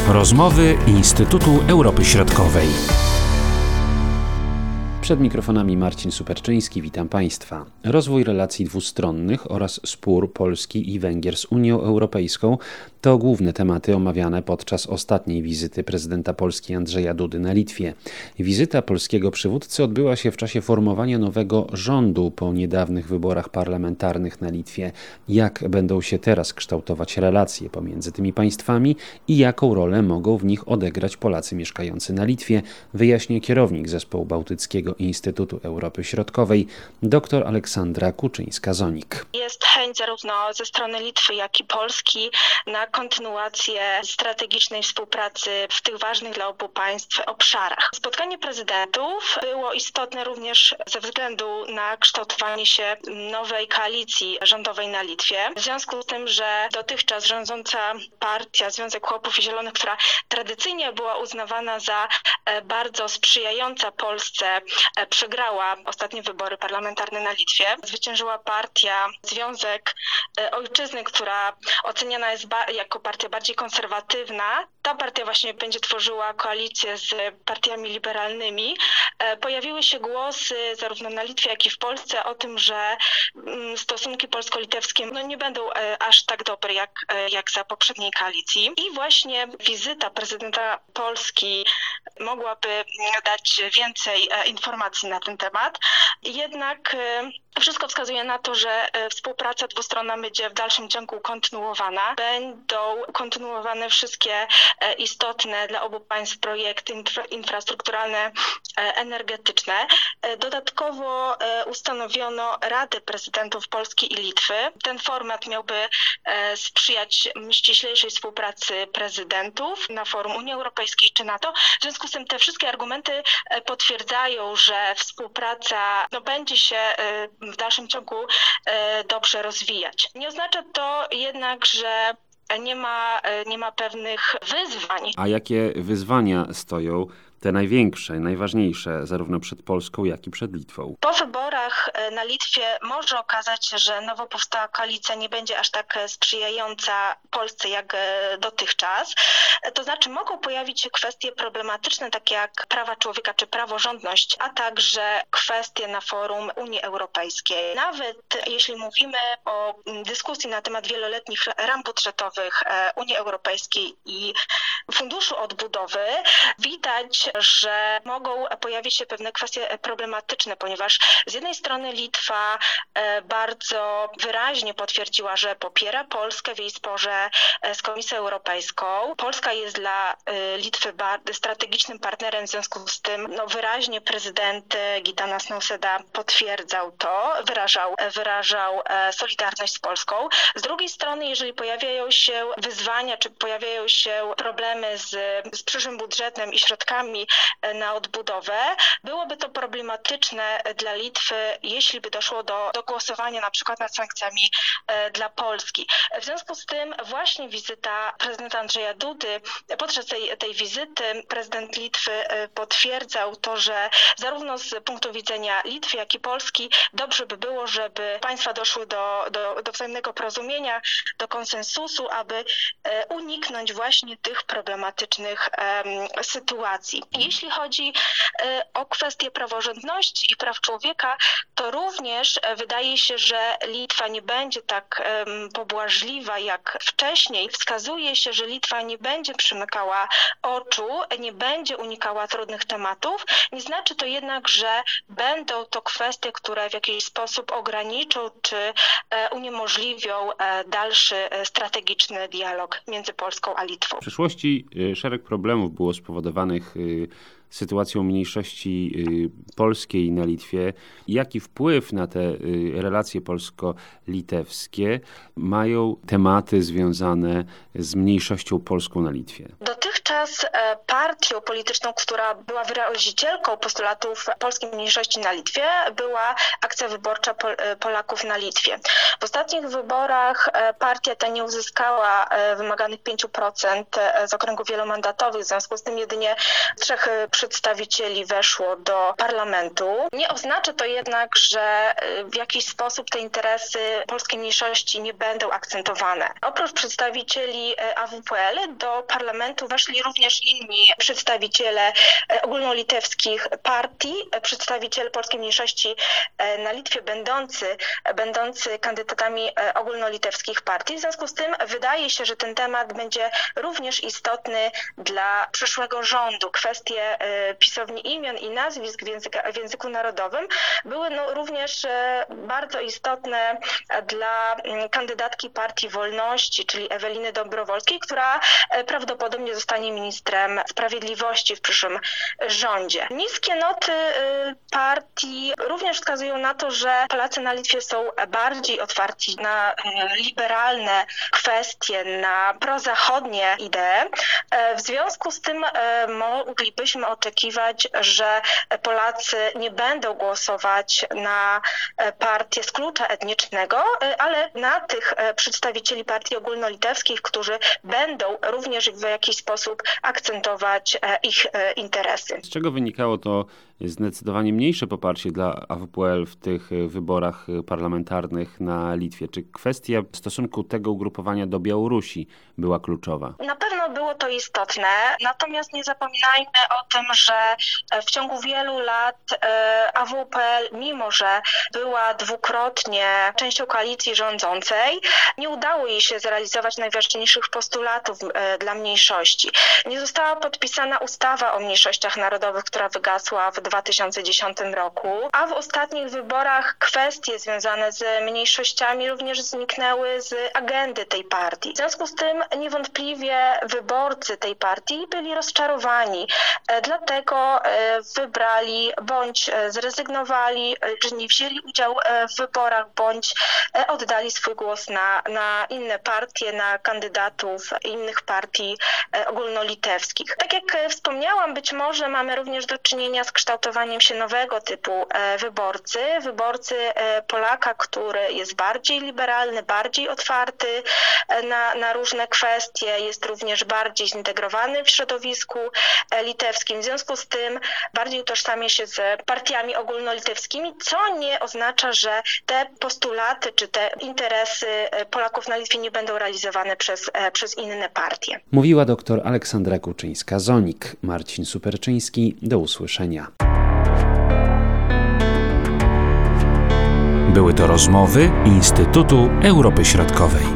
Rozmowy Instytutu Europy Środkowej. Przed mikrofonami Marcin Superczyński, witam Państwa. Rozwój relacji dwustronnych oraz spór Polski i Węgier z Unią Europejską to główne tematy omawiane podczas ostatniej wizyty prezydenta Polski Andrzeja Dudy na Litwie. Wizyta polskiego przywódcy odbyła się w czasie formowania nowego rządu po niedawnych wyborach parlamentarnych na Litwie. Jak będą się teraz kształtować relacje pomiędzy tymi państwami i jaką rolę mogą w nich odegrać Polacy mieszkający na Litwie, wyjaśnia kierownik Zespołu Bałtyckiego Instytutu Europy Środkowej dr Aleksandra Kuczyńska-Zonik. Jest chęć zarówno ze strony Litwy, jak i Polski na kontynuację strategicznej współpracy w tych ważnych dla obu państw obszarach. Spotkanie prezydentów było istotne również ze względu na kształtowanie się nowej koalicji rządowej na Litwie. W związku z tym, że dotychczas rządząca partia Związek Chłopów i Zielonych, która tradycyjnie była uznawana za bardzo sprzyjająca Polsce, przegrała ostatnie wybory parlamentarne na Litwie. Zwyciężyła partia Związek Ojczyzny, która oceniana jest jako partia bardziej konserwatywna. Ta partia właśnie będzie tworzyła koalicję z partiami liberalnymi. Pojawiły się głosy zarówno na Litwie, jak i w Polsce o tym, że stosunki polsko-litewskie nie będą aż tak dobre jak za poprzedniej koalicji. I właśnie wizyta prezydenta Polski mogłaby dać więcej informacji na ten temat. Jednak wszystko wskazuje na to, że współpraca dwustronna będzie w dalszym ciągu kontynuowana. Będą kontynuowane wszystkie istotne dla obu państw projekty infrastrukturalne, energetyczne. Dodatkowo ustanowiono Radę Prezydentów Polski i Litwy. Ten format miałby sprzyjać ściślejszej współpracy prezydentów na forum Unii Europejskiej czy NATO. W związku z tym te wszystkie argumenty potwierdzają, że współpraca będzie się w dalszym ciągu dobrze rozwijać. Nie oznacza to jednak, że nie ma pewnych wyzwań. A jakie wyzwania stoją? Te największe, najważniejsze, zarówno przed Polską, jak i przed Litwą. Po wyborach na Litwie może okazać się, że nowo powstała koalicja nie będzie aż tak sprzyjająca Polsce jak dotychczas. To znaczy mogą pojawić się kwestie problematyczne, takie jak prawa człowieka czy praworządność, a także kwestie na forum Unii Europejskiej. Nawet jeśli mówimy o dyskusji na temat wieloletnich ram budżetowych Unii Europejskiej i Funduszu Odbudowy, widać, że mogą pojawić się pewne kwestie problematyczne, ponieważ z jednej strony Litwa bardzo wyraźnie potwierdziła, że popiera Polskę w jej sporze z Komisją Europejską. Polska jest dla Litwy strategicznym partnerem, w związku z tym wyraźnie prezydent Gitanas Nausėda potwierdzał to, wyrażał solidarność z Polską. Z drugiej strony, jeżeli pojawiają się wyzwania, czy pojawiają się problemy z przyszłym budżetem i środkami na odbudowę, byłoby to problematyczne dla Litwy, jeśli by doszło do głosowania na przykład nad sankcjami dla Polski. W związku z tym właśnie wizyta prezydenta Andrzeja Dudy, podczas tej wizyty prezydent Litwy potwierdzał to, że zarówno z punktu widzenia Litwy, jak i Polski dobrze by było, żeby państwa doszły do wzajemnego porozumienia, do konsensusu, aby uniknąć właśnie tych problematycznych sytuacji. Jeśli chodzi o kwestię praworządności i praw człowieka, to również wydaje się, że Litwa nie będzie tak pobłażliwa jak wcześniej. Wskazuje się, że Litwa nie będzie przymykała oczu, nie będzie unikała trudnych tematów. Nie znaczy to jednak, że będą to kwestie, które w jakiś sposób ograniczą czy uniemożliwią dalszy strategiczny dialog między Polską a Litwą. W przeszłości szereg problemów było spowodowanych sytuacją mniejszości polskiej na Litwie. Jaki wpływ na te relacje polsko-litewskie mają tematy związane z mniejszością polską na Litwie? Dotychczas partią polityczną, która była wyrazicielką postulatów polskiej mniejszości na Litwie, była Akcja Wyborcza Polaków na Litwie. W ostatnich wyborach partia ta nie uzyskała wymaganych 5% z okręgów wielomandatowych, w związku z tym jedynie 3 przedstawicieli weszło do parlamentu. Nie oznacza to jednak, że w jakiś sposób te interesy polskiej mniejszości nie będą akcentowane. Oprócz przedstawicieli AWPL do parlamentu weszli byli również inni przedstawiciele ogólnolitewskich partii, przedstawiciele polskiej mniejszości na Litwie będący kandydatami ogólnolitewskich partii. W związku z tym wydaje się, że ten temat będzie również istotny dla przyszłego rządu. Kwestie pisowni imion i nazwisk w języku narodowym były również bardzo istotne dla kandydatki Partii Wolności, czyli Eweliny Dobrowolskiej, która prawdopodobnie zostanie ministrem sprawiedliwości w przyszłym rządzie. Niskie noty partii również wskazują na to, że Polacy na Litwie są bardziej otwarci na liberalne kwestie, na prozachodnie idee. W związku z tym moglibyśmy oczekiwać, że Polacy nie będą głosować na partię z klucza etnicznego, ale na tych przedstawicieli partii ogólnolitewskich, którzy będą również w jakiś sposób akcentować ich interesy. Z czego wynikało to zdecydowanie mniejsze poparcie dla AWPL w tych wyborach parlamentarnych na Litwie? Czy kwestia stosunku tego ugrupowania do Białorusi była kluczowa? Na pewno było to istotne, natomiast nie zapominajmy o tym, że w ciągu wielu lat AWPL, mimo że była dwukrotnie częścią koalicji rządzącej, nie udało jej się zrealizować najważniejszych postulatów dla mniejszości. Nie została podpisana ustawa o mniejszościach narodowych, która wygasła w 2010 roku, a w ostatnich wyborach kwestie związane z mniejszościami również zniknęły z agendy tej partii. W związku z tym niewątpliwie wyborcy tej partii byli rozczarowani, dlatego wybrali bądź zrezygnowali, czy nie wzięli udziału w wyborach, bądź oddali swój głos na inne partie, na kandydatów innych partii ogólnolitewskich. Tak jak wspomniałam, być może mamy również do czynienia z kształtowaniem się nowego typu wyborcy Polaka, który jest bardziej liberalny, bardziej otwarty na różne kwestie, jest również bardziej zintegrowany w środowisku litewskim. W związku z tym bardziej utożsamia się z partiami ogólnolitewskimi, co nie oznacza, że te postulaty czy te interesy Polaków na Litwie nie będą realizowane przez inne partie. Mówiła dr Aleksandra Kuczyńska-Zonik. Marcin Superczyński. Do usłyszenia. Były to rozmowy Instytutu Europy Środkowej.